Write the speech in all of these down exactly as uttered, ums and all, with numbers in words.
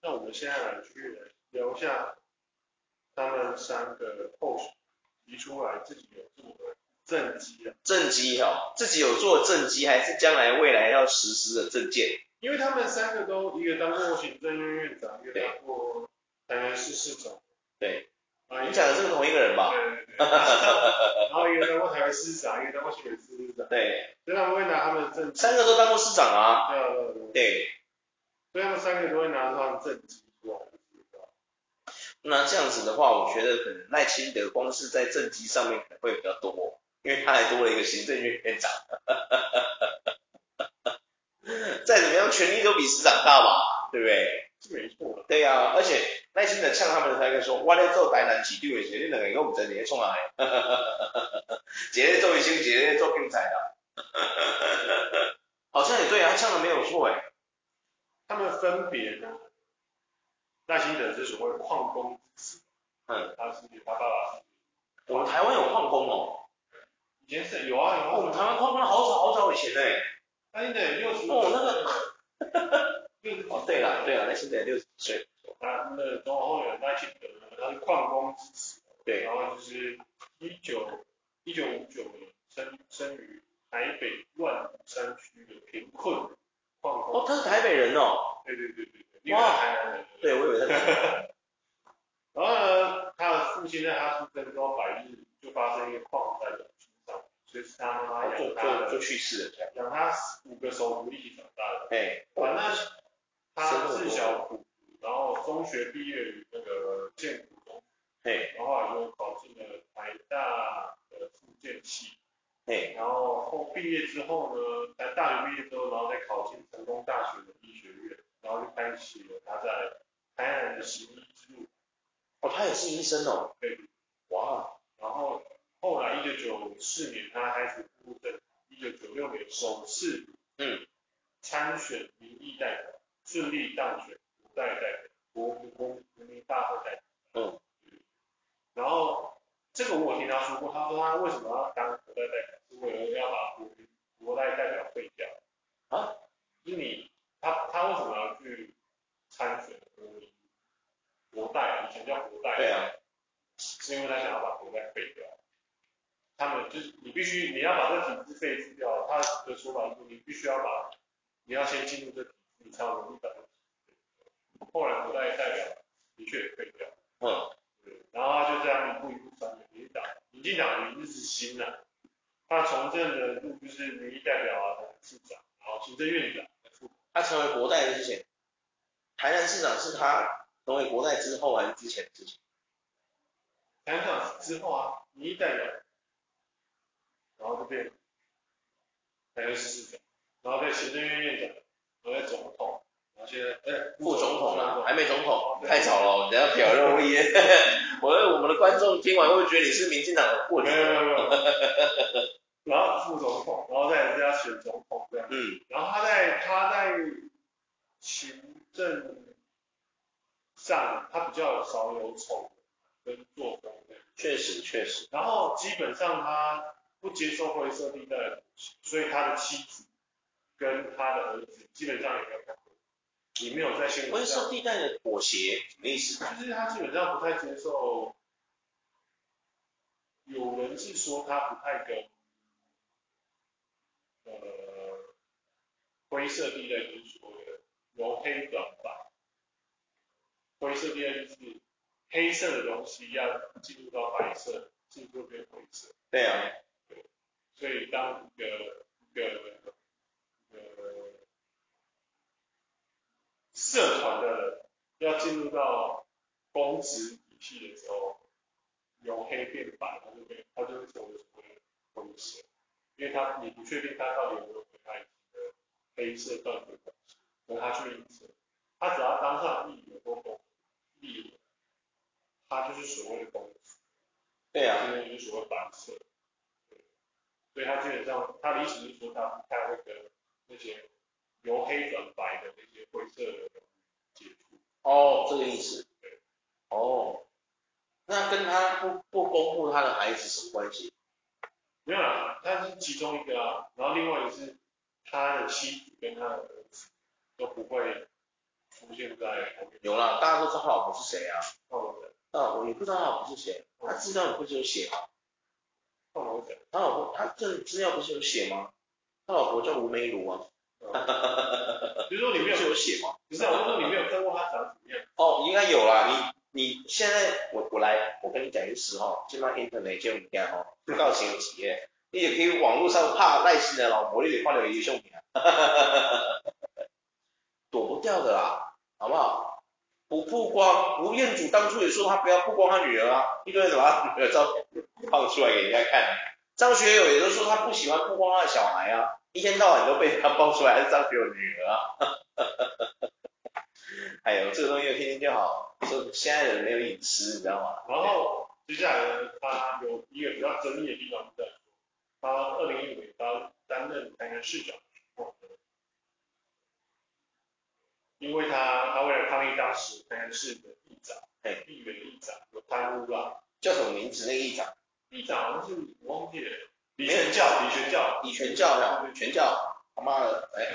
那我们现在来去聊一下他们三个候选提出来自己有做的政绩啊。 政绩哦，自己有做政绩，还是将来未来要实施的政见？ 因为他们三个都，一个当过行政院院长，一个当过台南市市长。 对。 啊， 你讲的是同一个人吧？ 对对对。然后一个当过台北市长，一个当过新北市市长。 对。 所以他们会拿他们的政绩。 三个都当过市长啊。 对对对。 对。 所以他们三个都会拿出他们政绩出来。 那这样子的话，我觉得可能赖清德光是在政绩上面可能会比较多，因为他还多了一个行政院院长。再怎么样，权力都比市长大嘛，对不对？ 是没错。 对呀、啊，而且赖清德呛他们的时候说，我在做台南市长的时候，你两个都不知道你在创啥的，一个在做卫生，一个在做警察的。好像也对啊，他呛的没有错哎。 他们分别呢，赖清德是所谓矿工之子， 嗯， 他是他爸爸是。 我们台湾有矿工哦。 以前是有啊有啊。 哦，我们台湾矿工好早好早以前呢。 赖清德也六十。 哦，那个。哦，对了对了，赖清德六十岁。 他那总统候选人赖清德呢，他是矿工之子。 对。 然后就是一九一九五九年生生于台北万福山区的贫困矿工。 哦，他是台北人哦。 对对对对对。 哇。 台南人。 对，我以为他是台南人。 然后呢，他的父亲在他出生之后百日就发生一个矿灾的身上，所以是他妈妈养他的， 就去世了， 养他五个手足一起长大的。 哎。 反正他自小苦读，然后中学毕业于那个建谷中， 哎。 然后后来就考进了台大的复健系， 哎。 然后后毕业之后呢，在大学毕业之后，然后再考进成功大学的医学院，然后就开启了他在台南的行医之路。 哦，他也是医生哦。 对。 哇。 然后后来一九九四年他开始步入政坛，一九九六年首次嗯参选民意代表，顺利当选国代代表，国国国民大会代表。 嗯。 然后这个我有听他说过，他说他为什么要当国代代表，是为了要把国国代代表废掉。 啊？ 就是你他他为什么要去参选国民国代？以前叫国代。 对啊。 是因为他想要把国代废掉。他们就是你必须你要把这体制废除掉，他的说法是你必须要把你要先进入这体制，你才有能力把这体制废掉。后来国代代表的确也废掉。 嗯。 对。然后他就这样一步一步上民进党，民进党的名字是新的，他从政的路就是民意代表啊、市长，然后行政院长。 他成为国代之前，台南市长是他成为国代之后还是之前的事情？ 台南市长之后啊，民意代表，然后就变台南市市长，然后变行政院院长，然后再总统，然后现在哎副总统啦，还没总统，太早了，人家表露无遗。我我们的观众听完会觉得你是民进党的过去。 没有没有没有。然后副总统，然后再是要选总统这样。 嗯。 然后他在他在行政上他比较少有丑跟作风的。 确实确实。 然后基本上他不接受灰色地带的妥协，所以他的妻子跟他的儿子基本上也没有看过，也没有在新闻上。 灰色地带的妥协什么意思？ 就是他基本上不太接受，有人是说他不太跟呃灰色地带就是所谓的由黑转白，灰色地带就是黑色的东西要进入到白色，进入变灰色。 对啊。 对。所以当一个一个一个社团的人要进入到公职体系的时候，由黑变白，他就变，他就会成为所谓的灰色，因为他你不确定他到底有没有跟他以前的黑色断绝关系，而他去应征，他只要当上议员或公立委，他就是所谓的公职。 对啊。 这边就是所谓白色。对。所以他基本上他的意思是说他不太会跟那些由黑转白的那些灰色的人接触。 哦，这个意思。 对。 哦。那跟他不不公布他的孩子什么关系？ 没有啦，他是其中一个啊，然后另外一个是他的妻子跟他的儿子都不会出现在在有啦，大家都知道他老婆是谁啊？ 哦， 啊，我你不知道他老婆是谁？他资料你不是有写吗？ 哦， 他老婆他这资料不是有写吗？他老婆叫吴梅如啊。 就是说你没有有写吗？ 不是啊，我说你没有看过他长什么样。 哦，应该有啦。你你现在我我来，我跟你讲一个实话，现在 internet 就你看哦，到前有几页，你也可以网络上怕赖姓的老婆，你得换了一个兄弟啊，躲不掉的啦，好不好？不曝光，吴彦祖当初也说他不要曝光他女儿啊，一堆人把他女儿照片放出来给人家看。张学友也都说他不喜欢曝光他的小孩啊，一天到晚都被他爆出来是张学友女儿啊。哎呦，这个东西听听就好，说现在的人没有隐私，你知道吗？ 然后接下来呢，他有一个比较争议的地方在说，他二零一五年他担任台南市长的时候，因为他他为了抗议当时台南市的议长，哎，议员的议长有贪污啦， 叫什么名字？那个议长？ 议长好像是我忘记了，李全教，李全教， 李全教呀，全教，他妈的，哎，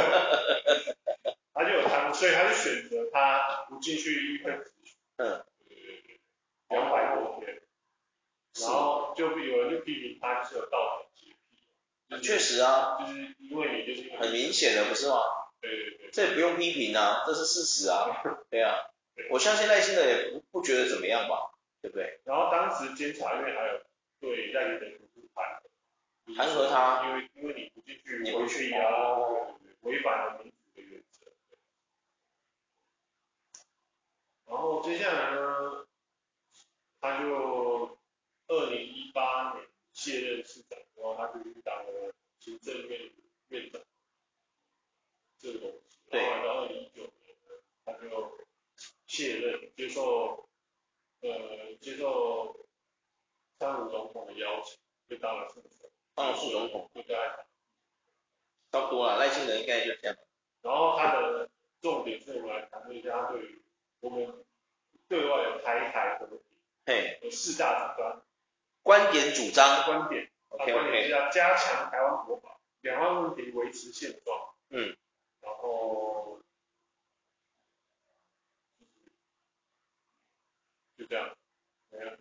他就有贪污，所以他就选择他不进去议会质询， 嗯， 两百多天，然后就有人就批评他是有道德洁癖， 确实啊， 就是因为你就是很明显的不是吗？ 对对对， 这也不用批评啊，这是事实啊，对啊，我相信赖清德也不不觉得怎么样吧，对不对？ 然后当时监察院还有对赖清德提出弹劾， 弹劾他， 因为因为你不进去你不去啊，违反了民主的原则。然后接下来呢，他就二零一八年卸任市长之后，他就去当了行政院院长这个东西。然后来到二零一九年呢，他就卸任，接受呃接受川普总统的邀请，就当了副总， 当了副总统， 就在差不多了，赖清德应该就这样。 然后他的重点是我们来谈论一下他对于我们对外的台海和平有四大主张， 观点主张， 观点，他观点是要加强台湾国防，两岸问题维持现状，嗯，然后就这样，没有。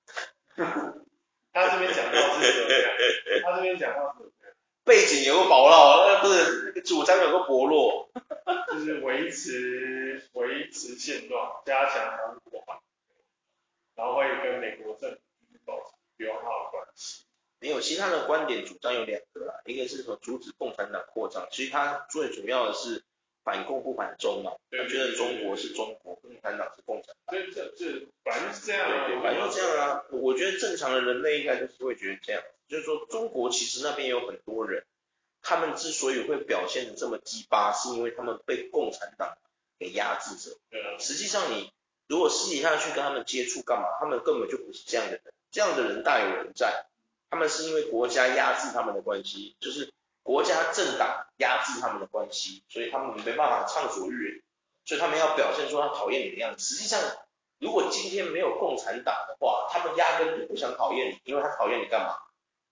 他这边讲到是这样，他这边讲到是这样， 背景有个薄弱，呃，不是那个主张有个薄弱， 就是维持维持现状，加强台湾国防，然后会跟美国政府保持友好的关系。 没有，其他的观点主张有两个啦，一个是说阻止共产党扩张，其实他最主要的是反共不反中嘛，他觉得中国是中国，共产党是共产党。 这这这反正是这样， 对对，反正就这样啊。我觉得正常的人类应该就是会觉得这样，就是说中国其实那边有很多人，他们之所以会表现得这么鸡巴，是因为他们被共产党给压制着。 对啊。 实际上你如果私底下去跟他们接触干嘛，他们根本就不是这样的人，这样的人大有人在。他们是因为国家压制他们的关系，就是国家政党压制他们的关系，所以他们没办法畅所欲言，所以他们要表现出他讨厌你的样子。实际上，如果今天没有共产党的话，他们压根就不想讨厌你，因为他讨厌你干嘛？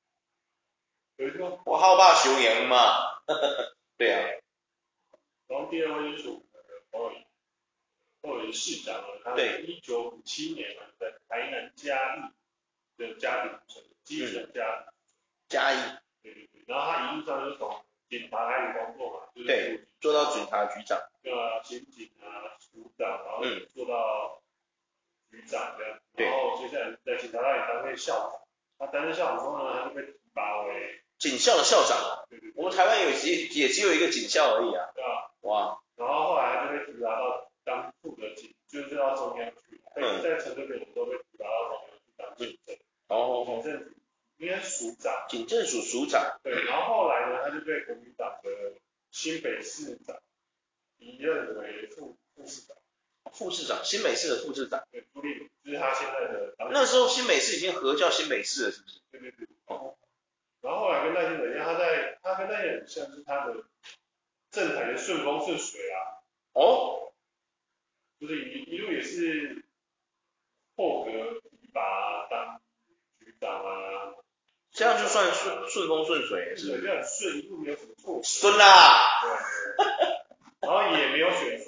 我好霸雄羊嘛，对啊。 然后第二位就是侯友宜，侯友宜市长呢，他在一九五七年呢，在台南嘉义的家庭主成基层家庭， 嘉义， 对对对，然后他一路上就从警察开始工作嘛，就是对，做到警察局长， 对啊，刑警啊，署长，然后做到局长这样， 对， 然后接下来在警察大学担任校长，他担任校长之后呢，他就被提拔为警校的校长，对对对，我们台湾有也也只有一个警校而已啊， 对啊， 哇， 然后后来他就被提拔到当副的警，就是到中央去，嗯，在陈水扁的时候被提拔到中央去当警政，哦，警政局应该是署长， 警政署署长， 对，然后后来呢，他就被国民党的新北市长移任为副副市长。 副市长，新北市的副市长， 对，朱立伦，就是他现在的。 那时候新北市已经合叫新北市了，是不是？ 对对对。哦。然后后来跟赖清德一样，他在他跟赖清德很像，是他的政坛的顺风顺水啊。 哦。 就是一一路也是破格提拔当局长啊。 这样就算顺顺风顺水，是不是？ 对，就很顺，一路没有什么错。 顺啦。 对。然后也没有选出过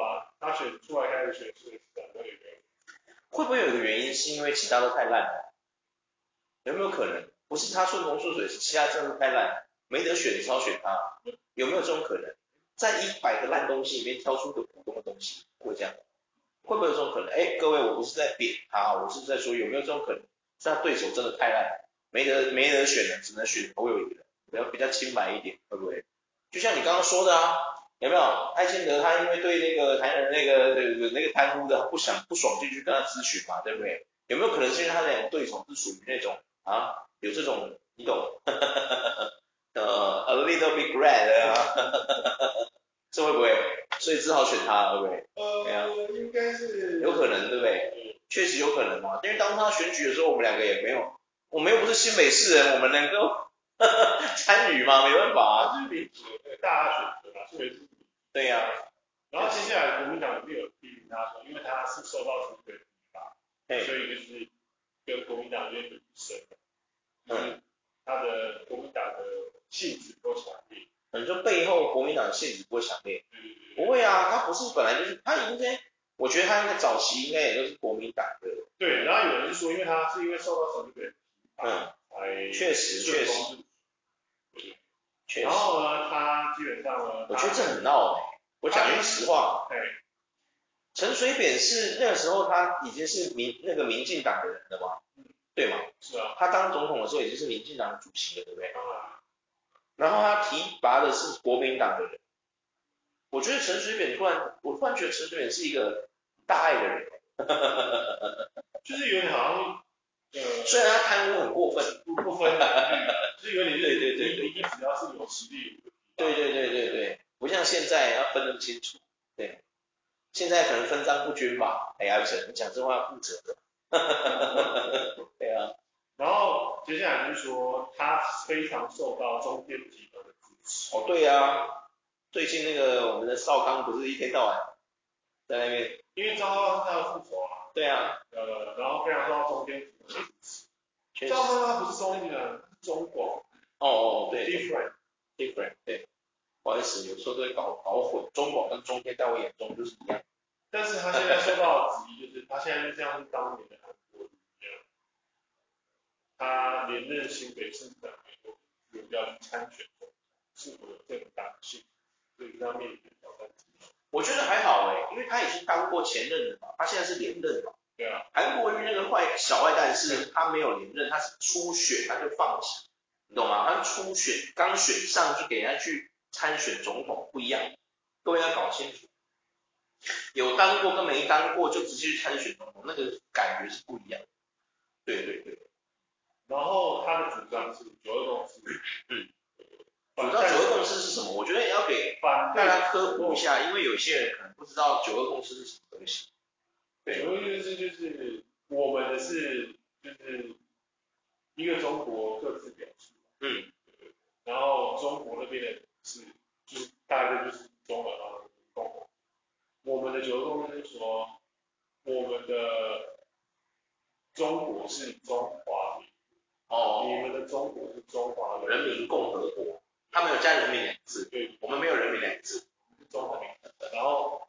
啊，他选出来开始选是两个有没有？ 会不会有一个原因是因为其他都太烂了？有没有可能？不是他顺风顺水，是其他真的太烂，没得选，只好选他。有没有这种可能？在一百个烂东西里面挑出一个普通的东西，会这样？会不会有这种可能？哎，各位，我不是在贬他，我是在说有没有这种可能？是他对手真的太烂，没得没得选了，只能选侯友宜了，比较比较清白一点，会不会？就像你刚刚说的啊，有没有？艾建德他因为对那个台南那个那个贪污的不想不爽，就去跟他咨询嘛，对不对？有没有可能是因为他两个对手是属于那种啊，有这种你懂？呃，a little bit red 啊，这会不会？所以只好选他了，会不会？ 呃，应该是有可能，对不对？确实有可能嘛，因为当他选举的时候，我们两个也没有，我们又不是新北市人，我们能够参与吗？没办法啊。 是民主的大家选择嘛，所以是。 对呀、啊。 然后接下来国民党有没有批评他说，因为他是受到陈水扁提拔，所以就是跟国民党有点比深，就是他的国民党的性质不强烈。 你说背后国民党的性质不会强烈？不会啊，他不是本来就是他应该，我觉得他应该早期应该也都是国民党的。 对，然后有人是说，因为他是因为受到陈水扁提拔， 嗯， 才确实确实。 然后呢，他基本上呢， 我觉得这很闹哎、欸，我讲句实话，陈水扁是那个时候他已经是民那个民进党的人了嘛，对吗？ 是啊。 他当总统的时候已经是民进党主席了，对不对？然后他提拔的是国民党的人，我觉得陈水扁突然，我突然觉得陈水扁是一个大爱的人， 就是有点好像，呃， 虽然他贪污很过分， 不不分蓝绿，就是有点对对对对， 你你只要是有实力， 对对对对对，不像现在要分得清楚，对，现在可能分赃不均吧，哎呀，不是，你讲这话要负责的，对啊。 然后接下来就是说，他非常受到中天集团的支持。 哦，对啊，最近那个我们的少康不是一天到晚在那边， 因为赵少康是他的副手啊。 对啊。 呃，然后非常受到中天集团的支持。赵少康他不是中天集团，是中广。 哦哦对。 different different 对，不好意思，有时候都会搞搞混，中广跟中天在我眼中就是一样。 但是他现在受到的质疑，就是他现在就像是当年的韩国瑜一样，他连任新北市长都有要去参选，是否有正当性，所以他面临的挑战。 我觉得还好哎、欸，因为他已经当过前任了嘛，他现在是连任嘛。 对啊。 韩国瑜那个坏小坏蛋是他没有连任，他是初选他就放弃，你懂吗？他初选刚选上就给人家去参选总统不一样，各位要搞清楚。有当过跟没当过就直接去参选总统，那个感觉是不一样。对对对。 然后他的主张是九二共识。 嗯。主张九二共识是什么？我觉得也要给大家科普一下，因为有些人可能不知道九二共识是什么东西。 对，九二共识就是我们的是就是一个中国各自表述。 嗯。 然后中国那边的是就是大概就是中华人民共和国。我们的九二共识是说，我们的中国是中华民国，哦，你们的中国是中华人民共和国，他们有加人民两个字， 对， 我们没有人民两个字， 是中华民国。然后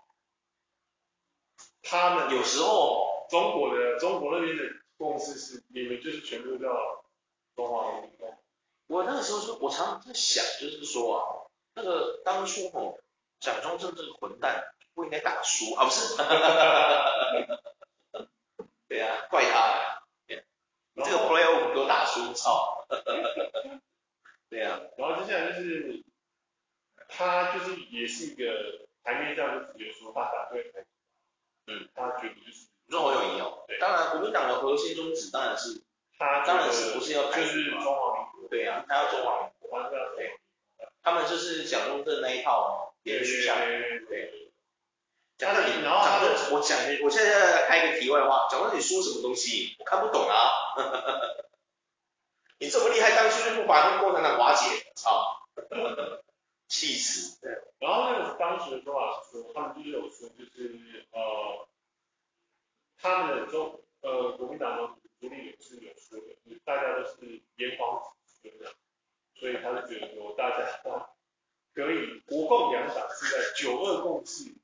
他们有时候中国的中国那边的共识是，你们就是全部叫中华民国。 我那个时候是，我常常在想，就是说啊，那个当初吼蒋中正这个混蛋不应该打输啊，不是？对啊，怪他啊，你这个 play off 给我打输，操！对啊。 然后接下来就是他就是也是一个台面上就直接说他反对台，嗯，他觉得就是你说侯友宜哦，对，当然国民党的核心宗旨当然是， 他当然是不是要就是中华民国， 对啊，他要中华民国， 他要对， 他们就是蒋中正那一套延续下来，对。讲到你，然后他的，我讲，我现在在开一个题外话，讲到你说什么东西，我看不懂啊。你这么厉害，当初就不把那个共产党瓦解，操！气死。 然后那个当时的说法是说，他们就是有说，就是呃，他们的中呃国民党的独立人士有说的，就是大家都是炎黄子孙的，所以他就觉得说大家可以国共两党是在九二共识跟反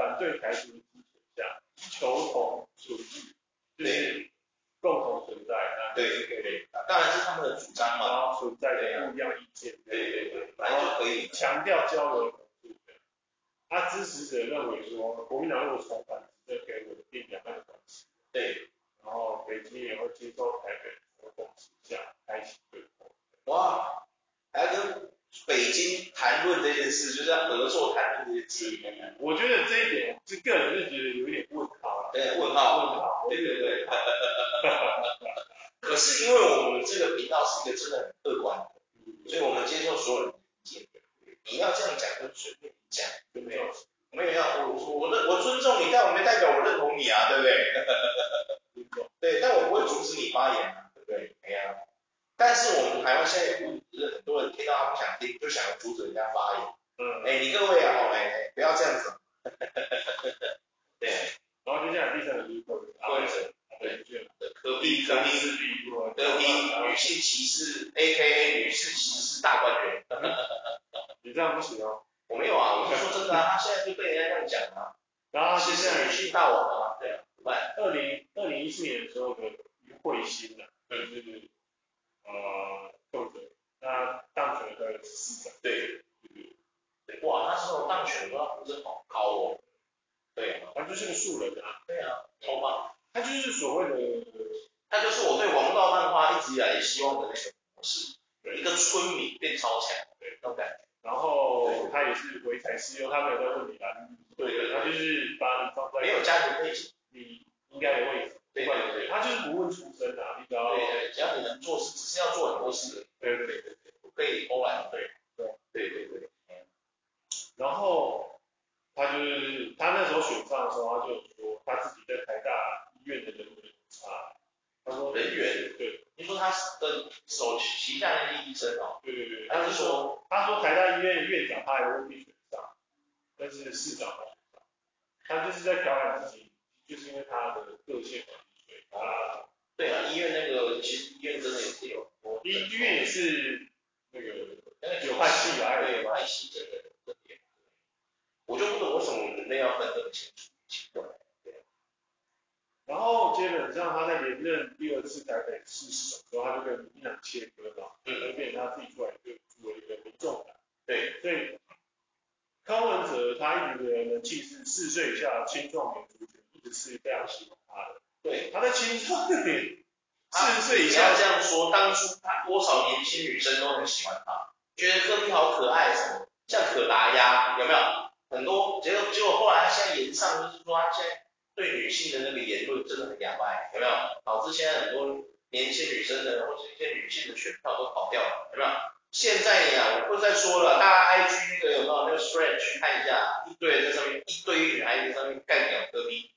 反对台独的基础下，求同存异，就是共同存在。 对对对，当然是他们的主张嘛。 然后存在的不一样意见。 对对对，本来就可以强调交流统治。他支持者认为说，国民党如果重返执政，可以稳定两岸关系。 对。 然后北京也会接受台北的共识下开启对话。 哇，还要跟北京谈论这件事，就是要合作谈论这件事。 我觉得这一点，就个人是觉得有一点问号了。 对，问号。 问号。 对对对。可是因为我们这个频道是一个真的很客观的，所以我们接受所有人的意见。你要这样讲就随便讲，对不对？没有要我我我尊重你，但我没代表我认同你啊，对不对？对，但我不会阻止你发言啊，对不对？哎呀，但是我们台湾现在有很多人听到他不想听，就想要阻止人家发言。嗯。哎，你各位啊，哦，哎，不要这样子。对。 然后接下来第三个就是柯文哲。 对。柯 P 柯 P 柯 P 女性歧视 ，A K A 女性歧视大官员。 你这样不行哦。 我没有啊，我是说真的啊，他现在就被人家这样讲啊。 然后歧视女性大王啊，对啊，怎么办？ 二零二零一四年的时候的彗星啊，就是呃柯文哲，那当选的市长。 对。对。哇，那时候当选的呼声好高哦。对啊。 他就是个素人啊。 对啊，超棒。 他就是所谓的， 他就是我对王道漫画一直以来希望的那个模式，一个村民变超强，对，那种感觉。 然后他也是唯才是优，他没有在问你啦。 对对。 他就是把你放在没有家庭背景， 你应该的位置。 对对对。 他就是不问出身啊，你只要对对，只要你能做事，只是要做很多事。对对对对对，不可以偷懒。对对对对对。 然后他就是他那时候选上的时候，他就说他自己在台大医院的人缘差。他说人缘。对。你说他的手旗下那些医生哦。 对对对。 他是说， 他说台大医院院长他还未必选上，但是市长他选上。他就是在调侃自己，就是因为他的个性嘛，所以他。 对啊，医院那个其实医院真的也是有。 医医院也是那个有派系啊， 对，有派系的人。我就不懂为什么人类要分这么清楚，奇怪。 然后基本上他在连任第二次台北市市长之后，他就跟民进党切割嘛，嗯，变成他自己出来就组了一个民众党。对，所以柯文哲他一直的人气是四岁以下青壮年族群一直是非常喜欢他的。对，他在青壮年四岁以下。 不要这样说，当初他多少年轻女生都很喜欢他，觉得柯 P 好可爱什么，像可达鸭有没有？很多结果结果后来他现在言上就是说他现在对女性的那个言论真的很哑巴，有没有？导致现在很多年轻女生的或者一些女性的选票都跑掉了，有没有？现在呀，我不再说了，大家 I G 那个有没有那个 thread 去看一下，一堆人在上面，一堆女孩子在上面干掉柯 P，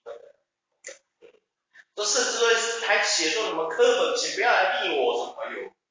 这甚至会还写说什么柯本，请不要来逼我什么有。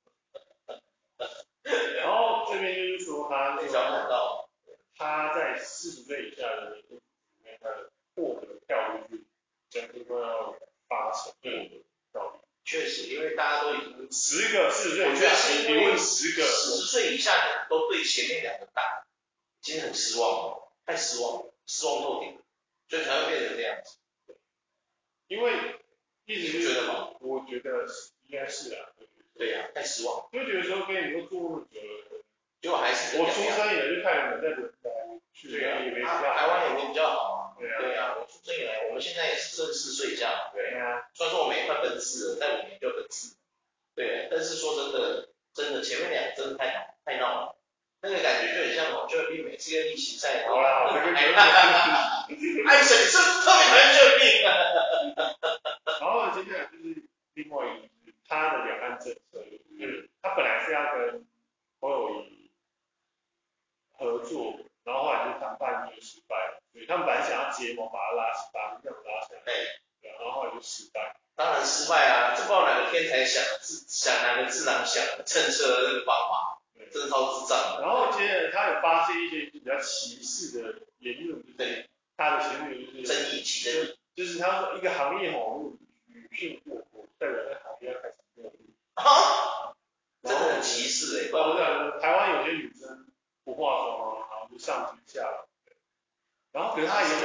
然后这边就是说他被小看到， 他在四十岁以下的人里面，他的获得票率是将近快要八成获得票率。 确实，因为大家都已经十个四十岁以下，你问十个四十岁以下的人都对前面两个党已经很失望了，太失望了，失望透顶，所以才会变成这样子。 因为一直你觉得吗？ 我觉得应该是啊。 对呀、啊，太失望。 就觉得说跟你都做那么久了， 结果还是我出生以来就看你们在轮来去， 对啊， 也没台台湾也没比较好啊。 对啊， 对啊，我出生以来，我们现在也是正四岁以下，对啊。 虽然说我们也快奔四了，在五年就奔四。对，但是说真的，真的前面两个真的太闹太闹了，那个感觉就很像哦，就比每次跟疫情赛， 好啦，我这个艾神是特别讨厌这个病。 然后接下来就是另外一个，他的两岸政策，就是他本来是要跟侯友宜合作，然后后来就谈判就失败了，所以他们本来想要结盟把他拉把民进党拉下来，对，然后后来就失败。 当然失败啊！这不知道哪个天才想的智想哪个智囊想的政策的那个方法，真的超智障的。 然后接着他有发现一些比较歧视的言论， 对， 他的言论就是争议其争议， 就是他说一个行业吼女性过活，代表那行业要开始没有力。 啊，真的很歧视哎、欸！ 不然台湾有些女生不化妆啊，然后就上去下来。然后可是他也表示说，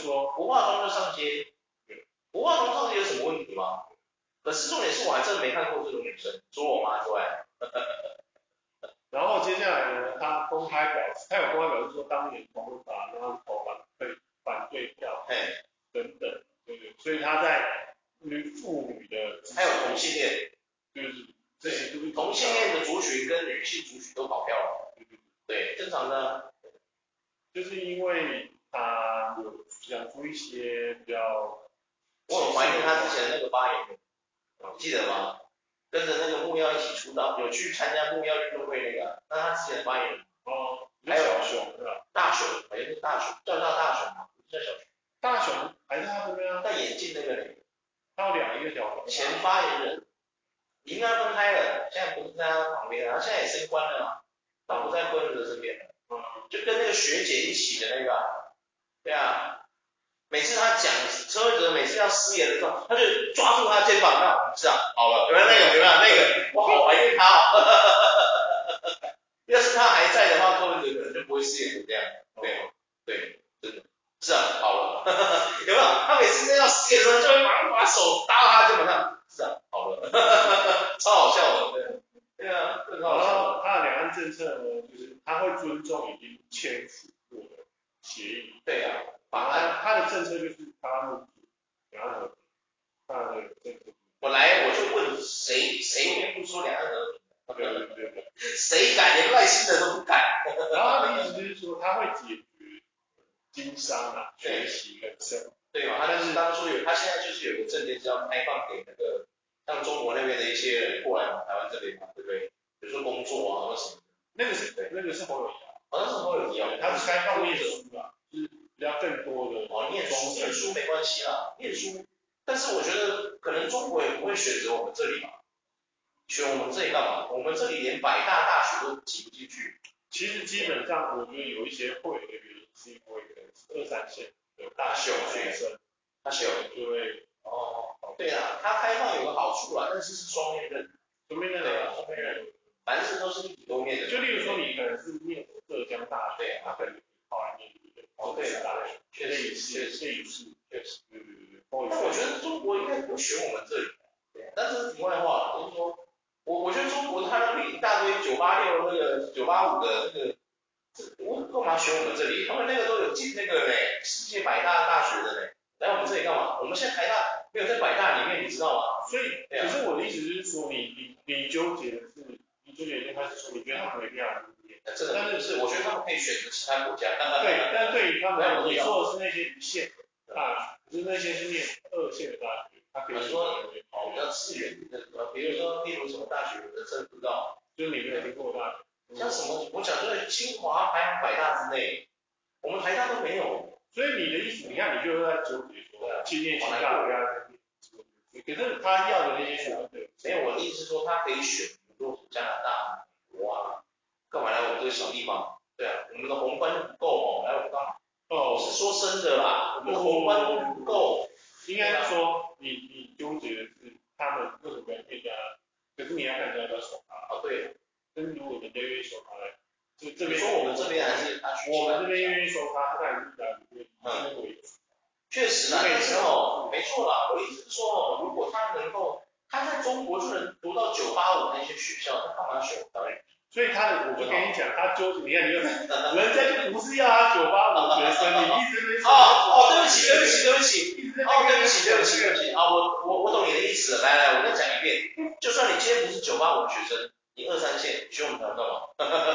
说不化妆就上街，不化妆上街有什么问题吗？可是重点是我还真的没看过这种女生，除了我妈之外。 然后接下来呢，他公开表示，他有公开表示说，当年同婚法让他投反对反对票等等，对对，所以他在女妇女的， 还有同性恋， 就是这些都是同性恋的族群跟女性族群都跑票了，对，正常的。 就是因为他有讲出一些比较， 我很怀念他之前的那个发言，你记得吗？跟着那个木曜一起出道，有去参加木曜运动会那个，那他之前的发言， 哦， 还有小熊是吧？ 大熊，好像是大熊，叫叫大熊嘛，不是叫小熊。 大熊还是他这边啊？ 戴眼镜那个人， 他有两个小熊。 前发言人，已经跟他分开了，现在不是在他旁边了，他现在也升官了嘛，他不在昆仑的身边了，就跟那个学姐一起的那个、啊，对啊。每次他讲车慧哲每次要失言的时候，他就抓住他肩膀，那是啊，好了，有没有那个有没有那个？我好怀念他哦。要是他还在的话，车慧哲可能就不会失言成这样。对对，真的是啊，好了，有没有？他每次要失言的时候，就会马上把手搭到他肩膀上，是啊，好了，超好笑的，对对啊，很好笑。 他的两岸政策呢，就是他会尊重已经签署过的协议。 对啊。 他他的政策就是台湾民主，两岸和平，他的政策。 本来我就问谁谁会不说两岸和平？ 对对对对。 谁敢连赖清德都不敢？ 然后他的意思就是说，他会解决经商啊、学习跟生。 对嘛？他就是当初有，他现在就是有个政见是要开放给那个像中国那边的一些人过来嘛，台湾这边嘛，对不对？比如说工作啊或什么的。 那个是那个是侯友宜啊， 好像是侯友宜啊， 他是开放念书啊，就是比较更多的哦，念书念书没关系啦，念书。但是我觉得可能中国也不会选择我们这里嘛，选我们这里干嘛？我们这里连北大大学都挤不进去。 其实基本上我觉得有一些会的原因是因为可能是二三线的大学生， 他小就会哦，对啊，他开放有个好处啦，但是是双面刃， 双面刃啊，双面刃， 凡事都是一体多面的。 就例如说你可能是念浙江大学，他可能跑来念一个哦对了， 大学， 确实确实类似，确实，对对对。 但我觉得中国应该不会选我们这里，对，但是题外话，就是说，我我觉得中国他那一大堆九八六那个九八五的那个，我干嘛选我们这里？他们那个都有进那个嘞，世界百大大学的嘞，来我们这里干嘛？我们现在台大没有在百大里面，你知道吗？ 所以，可是我的意思就是说，你你你纠结的是，你纠结一开始说，你觉得他们一定要念， 这个但是我觉得他们可以选择其他国家。 对，但是对于他们，你说的是那些一线大学，可是那些是念二线的大学，他可以说比较次元的，比如说例如什么大学，我真不知道， 就是你没有听过大学， 像什么我讲说清华排行百大之内，我们台大都没有。 所以你的意思，你看你就是在纠结说，去念清大不要，可是他要的那些学生， 没有，我的意思是说他可以选，比如说加拿大、美国啊，干嘛来我们这个小地方？对啊，我们的宏观不够哦，来我们干嘛？哦，我是说真的啦，我们的宏观不够。 应该是说你你纠结的是他们为什么要念加拿大，可是你要看人家的手法。 啊，对。 跟如果人家愿意收他来，就这边说我们这边还是我们这边愿意收他，他当然是来以这边为主。 确实啊，但是哦，没错啦，我的意思是说哦，如果他能够，他在中国就能读到九八五那些学校，他干嘛选台湾？ 所以他的，我就跟你讲，他纠，你看你又，人家就不是要他九八五学生，你一直没说。 哦哦，对不起，对不起，对不起，哦，对不起，对不起，对不起，啊，我我我懂你的意思了，来来，我再讲一遍，就算你今天不是九八五的学生，你二三线选我们台湾干嘛？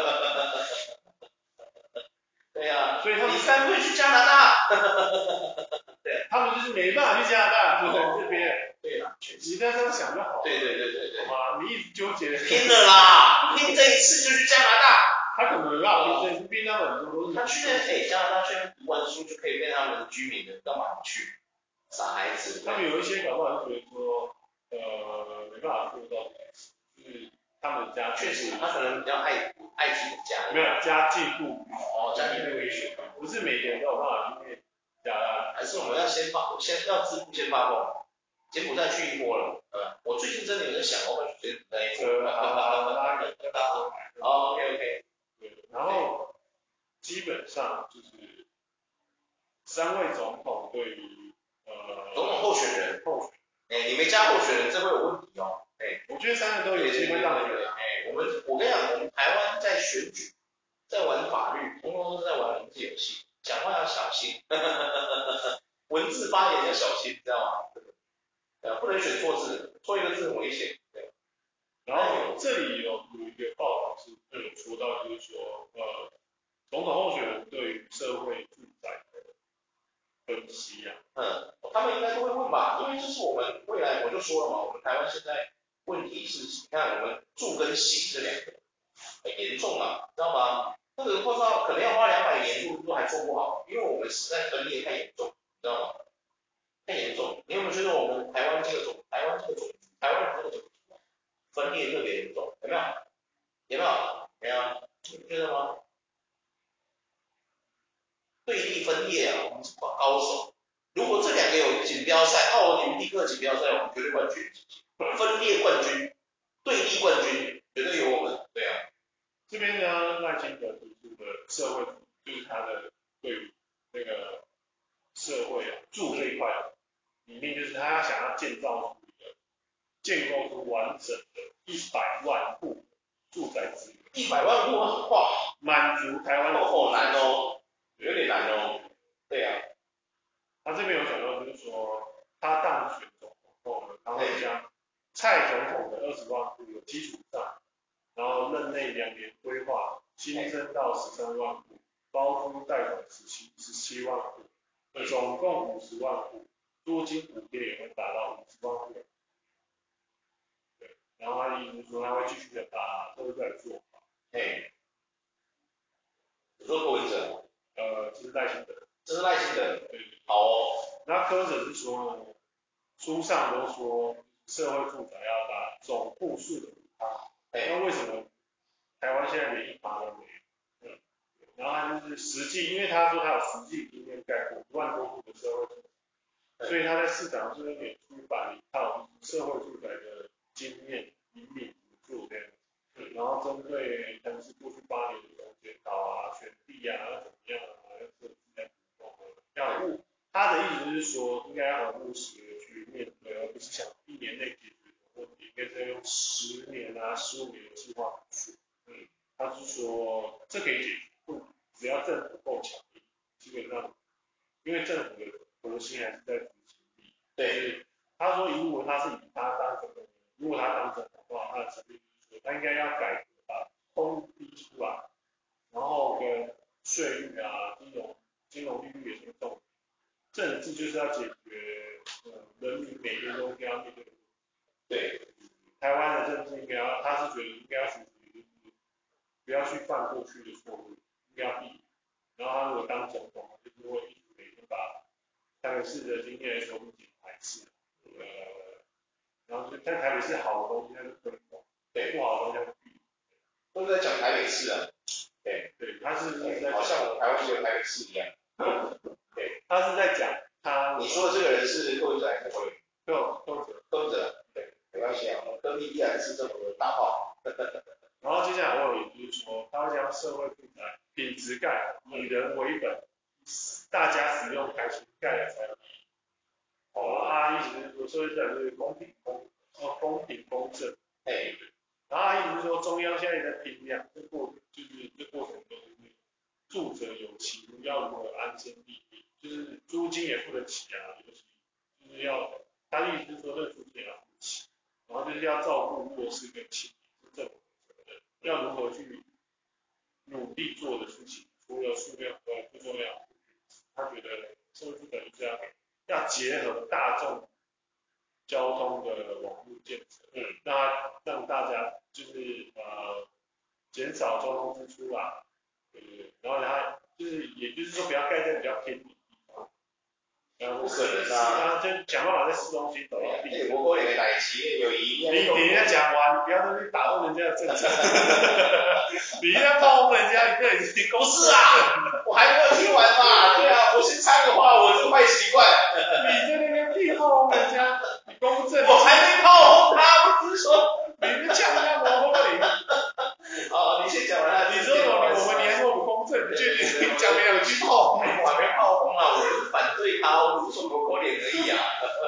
对呀、啊，所以他们干脆去加拿大。 对，他们就是没办法去加拿大，就在这边。 对啦， 你这样想就好。 对对对对对。 好吧，你一直纠结。 拼了啦，拼这一次就去加拿大。 他可能没办法拼这一次，拼他们很多都是。 他去那哎，加拿大虽然读完书就可以变他们的居民了，干嘛去？傻孩子。 他们有一些搞不好就觉得说，呃，没办法做到，就是他们家确实，他可能比较爱爱自己的家。 没有家境不哦，家境不允许， 不是每个人都有办法去加拿大。 还是我们要先发，先要致富先发疯，柬埔寨去一波了，对吧？我最近真的有在想，我要去柬埔寨一波。 好好拉远， 好 ，OK OK。 对，然后基本上就是三位总统对于呃总统候选人， 候选哎、欸，你没加候选人，这会有问题哦。哎、欸， 我觉得三个都有机会当选。 哎，我们我跟你讲，我们台湾在选举，在玩法律，通通都是在玩文字游戏，讲话要小心，文字发言要小心，知道吗？对啊，不能选错字，错一个字很危险。对。 然后这里有有一个报道是有说到，就是说呃，总统候选人对于社会住宅的分析啊， 嗯，他们应该都会问吧，因为这是我们未来我就说了嘛，我们台湾现在问题是，你看我们住跟行这两个很严重啊，知道吗？这个不知道可能要花两百年都都还做不好，因为我们实在分裂太严重，知道吗？太严重，你有没有觉得我们台湾这个种台湾这个种台湾这个种分裂特别严重？有没有？有没有？没有？你觉得吗？对立分裂啊，我们是高手。如果这两个有锦标赛，奥林匹克锦标赛，我们绝对冠军。分裂冠军，对立冠军，绝对有我们。对啊。 这边呢，赖清德提出的社会，就是他的对于那个社会啊住这一块里面，就是他想要建造出一个建构出完整的一百万户住宅资源。 一百万户哇， 满足台湾的哦难哦，有点难哦。对啊。 他这边有讲到，就是说他当选总统后呢，他会将蔡总统的二十万户的基础上，然后任内两年规划新增到十三万户，包租贷款十七十七万户，总共五十万户，租金补贴也会达到五十万户。对，然后他的意思是说，他会继续的把都在做法。 哎，你说柯文哲？ 呃，这是赖清德。 这是赖清德。 对。 好哦。 那柯者是说呢，书上都说社会住宅要打总户数的五趴，那为什么台湾现在连一趴都没有？嗯，然后他就是实际，因为他说他有实际经验盖过一万多户的社会住宅，所以他在市场上面出版一套社会住宅的经验引领怎么做这样子。嗯，然后针对但是过去八年的这种检讨啊、选地啊要怎么样啊，要设置在要务。他的意思是说，应该要很务实的去面对，而不是想一年内解决问题，应该是要用十年啊、十五年的计划去做。嗯，他是说这可以解决，只要政府够强力，基本上，因为政府的核心还是在执行力。对，他说如果他是以他当整个，如果他当整的话，他的成立就是说，他应该要改革把通逼出来，然后跟税率啊、金融金融利率也是重点。政治就是要解决呃人民每天都应该要面对的问题。对，台湾的政治应该要，他是觉得应该要处理，不要去犯过去的错误，应该要避免。然后他如果当总统，就是会一直每天把台北市的经验重新检讨一次，呃，然后就在台北市好的东西他就推广，对，不好的东西他就避免。 都是在讲台北市啊。对对，他是在好像我们台湾只有台北市一样。 对，他是在讲他。 你说的这个人是柯文哲还是侯友宜？ 柯柯文哲。 柯文哲，对，没关系啊，我们科密依然是政府的大炮。 然后接下来我有就是说，他会将社会住宅品质盖，以人为本，大家使用开心盖了才有意义。哦，他意思是说，社会住宅是公平公呃公平公正。哎，然后他意思是说，中央现在在评量，这过就是这过程中，住者有其屋，要如何安身立命，就是租金也付得起啊，尤其就是要，他的意思是说，这租金也要付得起，然后就是要照顾弱势跟青年，是政府的责任，要如何去努力做的事情，除了数量之外，最重要，他觉得社会住宅就是要要结合大众交通的网络建设，嗯，让让大家就是呃减少交通支出啦。对对对，然后它就是，也就是说，不要盖在比较偏僻的地方，然后不可能啊， 就想办法在市中心找到地。 哎，我我两个代志有疑义。 你你人家讲完，你不要在那边打断人家的政策。你在炮轰人家，你这已经不是啊，我还没有听完嘛。对啊，我是插个话，我是坏习惯。 你在那边屁炮轰人家，你公正。 我还没炮轰他，我只是说， 你是呛人家魔风领。 哦，你先讲完了。 你说我我们你还说我们公正，你就你讲没两句炮轰， 我还没炮轰啊，我说不可怜而已啊。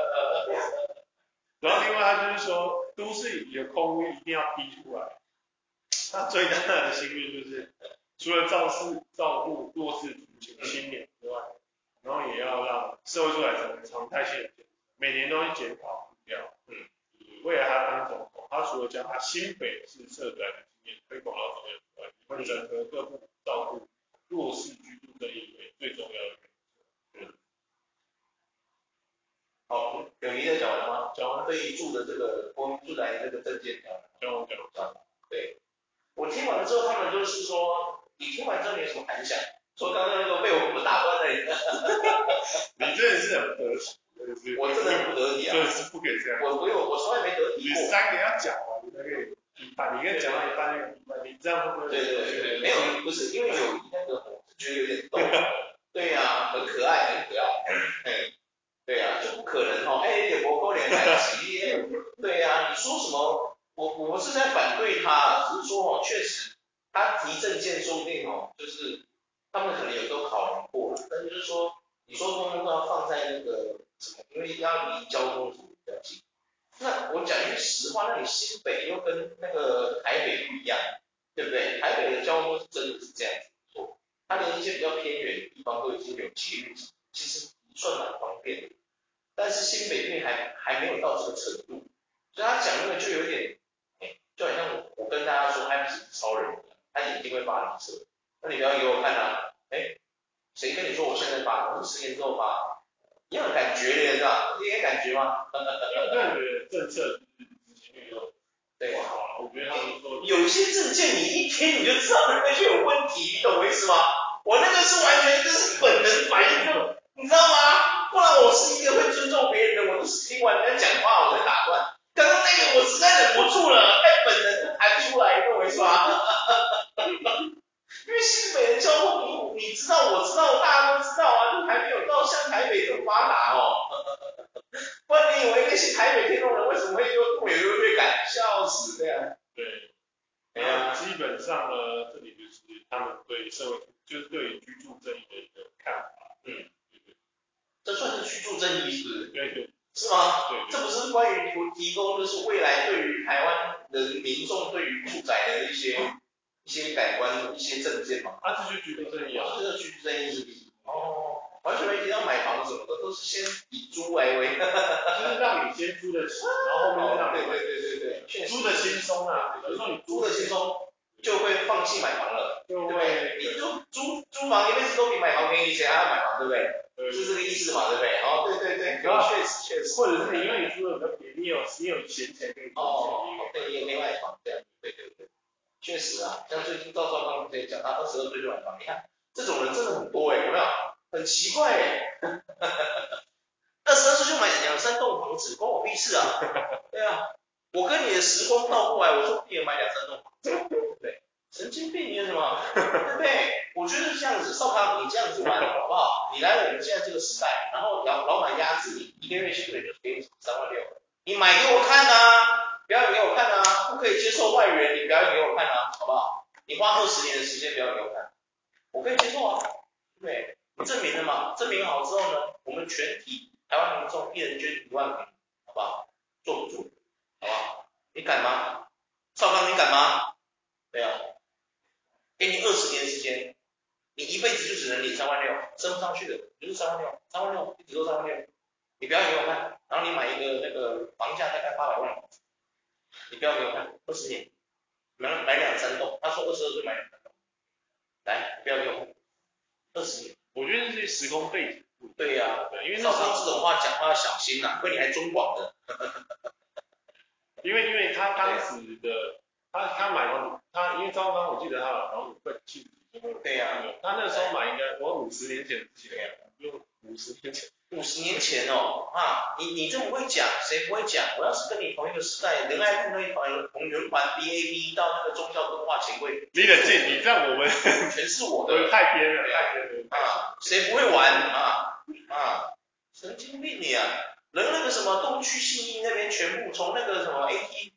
然后另外他就是说，都市里的空屋一定要批出来。他最大的心愿就是，除了照顾照顾弱势族群青年之外，然后也要让社会住宅成为常态性的建设，每年都去检讨目标。嗯，未来他当总统，他除了将他新北市社宅的经验推广到中央之外，也会整合各部照顾弱势居住正义为最重要的原则。嗯， 好，永仪的讲完了吗？ 讲完。 对于住的这个公住宅这个证件讲完。 讲完讲完。 对，我听完了之后，他们就是说，你听完之后你有什么感想？说刚刚那个被我们打断的人， 你真的是很不得体， 我真的很不得体啊， 真的是不可以这样。 我我有我从来没得体过。 你三个要讲完，你才可以一半，你跟讲到一半那个一半，你这样会不会？ 对对对对，没有，不是因为有那个我觉得有点逗，对呀、啊，很可爱，很可爱，哎，对呀、啊，就不可能哦，哎，也不够脸来急，对呀、啊，你说什么？我我是在反对他，只是说哦，确实他提证件说不定哦，就是他们可能有都考量过了，但是就是说，你说通通都要放在那个什么，因为要离交通组比较近。那我讲句实话，那你新北又跟那个台北不一样，对不对？台北的交通是真的是这样子做，它连一些比较偏远的地方都已经有捷运，其实算蛮方便的。但是新北因为还还没有到这个程度，所以他讲那个就有点，哎，就好像我我跟大家说，他不是超人一样，他眼睛会发镭射。那你不要给我看啊，哎，谁跟你说我现在发？我是十年之后发，一样的感觉，你知道？你有感觉吗？ 我个人觉得政策就是执行率都对不好啊，我觉得他们说有一些证件你一听你就知道那就有问题，你懂我意思吗？我那个是完全就是本能反应，就你知道吗？不然我是一个会尊重别人的，我都是听完人家讲话我才打断。刚刚那个我实在忍不住了，太本能还不出来，你懂我意思吗？因为新北的交通你你知道我知道大家都知道啊，就还没有到像台北这么发达哦。不然你以为那些台北天龙人为什么会有会有优越感？笑死这样。 对， 对啊， 基本上呢，这里就是他们对社会，就是对于居住正义的一个看法。嗯， 这算是居住正义是不是？ 对对。 是吗？ 对对， 这不是关于提供就是未来对于台湾的民众对于住宅的一些一些感官一些证件吗？ 啊，这就是居住正义啊， 这个居住正义是不是？哦，完全没提到买房什么的，都是先以租为为， 就是让你先租得起，然后后面再让你买。 对对对对对， 租的轻松啊，比如说你租的轻松，就会放弃买房了，对不对？你租租租房一辈子都比买房便宜，谁还要买房，对不对？是这个意思嘛，对不对？哦，对对对，确实确实。 或者是你因为你租的比较便宜，你有你有闲钱可以租。 哦，对，也没买房这样，对对对，确实啊，像最近赵少康之前讲，他二十二岁就买房，你看这种人真的很多哎，有没有？很奇怪哎，二十二岁就买两三栋房子，关我屁事啊！对啊，我跟你的时光倒过来，我说不定也买两三栋房子，对不对？神经病，你有什么？对不对？我觉得这样子，少康你这样子玩好不好？你来我们现在这个时代，然后老老板压制你，一个月薪水就给你三万六，你买给我看啊，表演给我看啊，不可以接受外援，你表演给我看啊，好不好？你花二十年的时间表演给我看，我可以接受啊，对不对？你证明了嘛？证明好之后呢，我们全体台湾民众一人捐一万元，好不好？做不做？好不好？你敢吗？少康，你敢吗？对啊，给你二十年的时间，你一辈子就只能领三万六，升不上去的，就是三万六，三万六，一直都三万六。你表演给我看，然后你买一个那个房价大概八百万，你表演给我看，二十年，买买两三栋，他说二十二岁买两三栋，来，表演给我看，二十年。 我觉得这些时空背景。 对呀、啊， 对，因为少康这种话讲话要小心呐、啊，亏你还中广的。 因为因为他当时的他他买房子，他因为赵刚我记得他买房子会七十几岁。 对呀、啊， 他那时候买应该我五十年前的事情了，用五十年前。 五十年前哦，啊，你你这么会讲，谁不会讲？我要是跟你同一个时代，仁爱路那一团从圆环 B A B 到那个忠孝敦化钱柜， 离得近，你这样我们全是我的， 太偏了，太偏了啊！谁不会玩啊啊？神经病你啊！人那个什么东区信义那边全部从那个什么 A T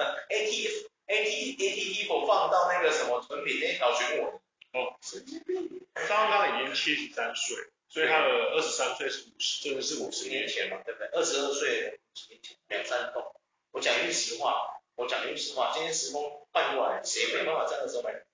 A T A T A T T 否放到那个什么纯品那条全我。 哦，神经病！张刚已经七十三岁。 所以他的二十三岁是五十，真的是五十年前嘛，对不对？二十二岁五十年前，两三栋。我讲句实话，我讲句实话，今天时空换过来，谁没办法在那时候买？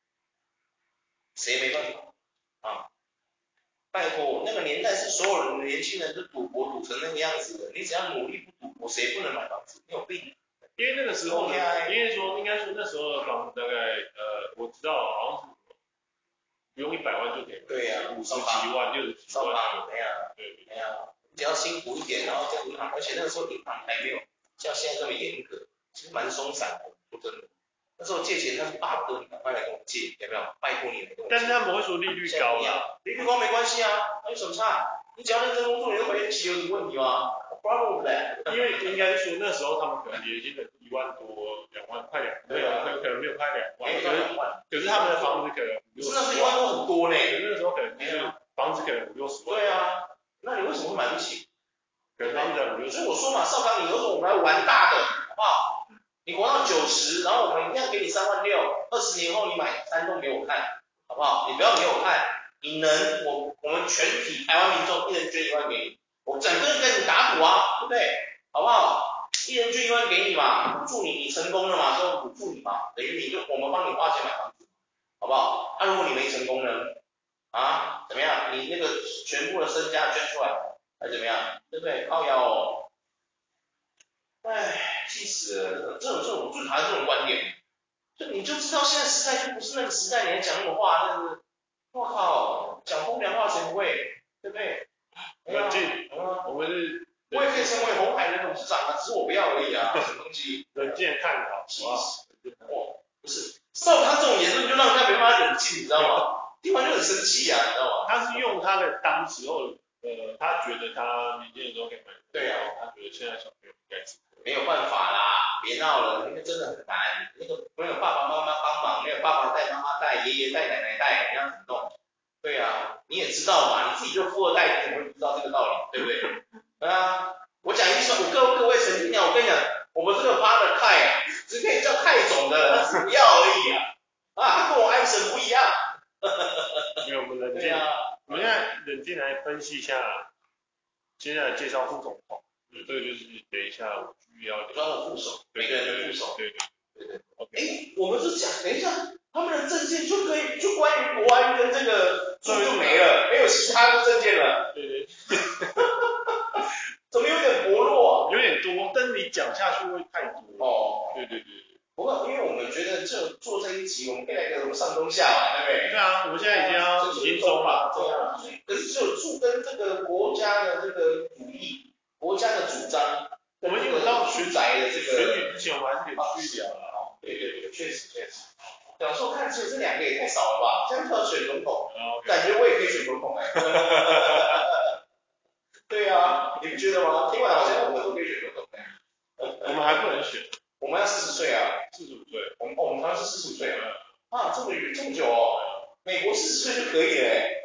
谁没办法啊？拜托，那个年代是所有人的年轻人都赌博赌成那个样子的，你只要努力不赌博，谁不能买房子？你有病！ 因为那个时候呢，因为说应该说那时候的房子大概呃，我知道好像是不用一百万就可以买， 对呀， 五十几万、六十几万， 对呀，对，对呀，只要辛苦一点，然后在银行，而且那个时候银行还没有像现在这么严格，其实蛮松散的，说真的。那时候借钱，他是巴不得你赶快来跟我借，有没有？拜托你来跟我借。 但是他们会说利率高啊，利率高没关系啊，那有什么差？你只要认真工作，你都还得起，有什么问题吗 ？Problem 的。 因为应该是说那时候他们可能年薪的一万多、两万，快两，对啊，可能可能没有快两万，可是可是他们的房子可能五六十万， 那时候一万多很多呢， 那时候可能就是房子可能五六十万。 对啊，那你为什么会买不起？ 可能他们在五六十。 所以我说嘛，少康，你有种我们来玩大的，好不好？你活到九十，然后我们一样给你三万六，二十年后你买三栋给我看，好不好？你不要给我看，你能，我我们全体台湾民众一人捐一万给你，我整个跟你打赌啊，对不对？好不好？一人捐一万给你嘛，补助你，你成功了嘛，就补助你嘛，等于你就我们帮你花钱买房子，好不好？那、啊、如果你没成功呢？啊，怎么样？你那个全部的身家捐出来，还怎么样？对不对？靠腰哦。唉，气死了！这种这种我最讨厌这种观点，就你就知道现在时代就不是那个时代，你还讲那种话，那是，我靠，讲风凉话谁不会？对不对？ 冷静，我们是， 我也可以成为鸿海的董事长啊，只是我不要而已啊，什么东西？ 冷静看好， 气死！哇，不是，照他这种言论就让人家没办法冷静，你知道吗？听完就很生气啊，你知道吗？ 他是用他的当时候，呃，他觉得他年轻的时候可以买， 对啊， 他觉得现在小朋友应该是。 没有办法啦，别闹了，那个真的很难，那个没有爸爸妈妈帮忙，没有爸爸带妈妈带，爷爷带奶奶带，你要怎么弄？对啊，你也知道嘛，你自己就富二代，你怎么会不知道这个道理，对不对？对啊，我讲一句，我各各位陈听讲，我跟你讲，我们这个趴的泰啊，只可以叫泰总的，他只不要而已啊，啊，他跟我爱神不一样。 没有，我们冷静，啊、我们现在冷静来分析一下，接下来介绍副总统。嗯，这个就是等一下我需要专的副手，每个人的副手， 对对对对。OK， 哎，我们是讲，等一下，他们的证件就可以就关于国安跟这个就就没了，没有其他的证件了。 对对。 怎么有点薄弱啊？ 有点多，但是你讲下去会太多。 哦， 对对对。 不过因为我们觉得这做这一集，我们可以来个什么上中下嘛，对不对？ 对啊，我们现在已经要已经中了。 对啊，可是只有驻跟这个国家的这个主义。国家的主张， 我们因为到选宅的这个选举之前，我们还是可以去聊了啊。 对对对，确实确实。讲说看只有这两个也太少了吧？这样就要选总统，感觉我也可以选总统哎。对啊，你不觉得吗？听完好像我们都可以选总统哎。 我们还不能选， 我们要四十岁啊。 四十五岁。 我们哦，我们好像是四十五岁啊。啊，这么远这么久哦。美国四十岁就可以了哎。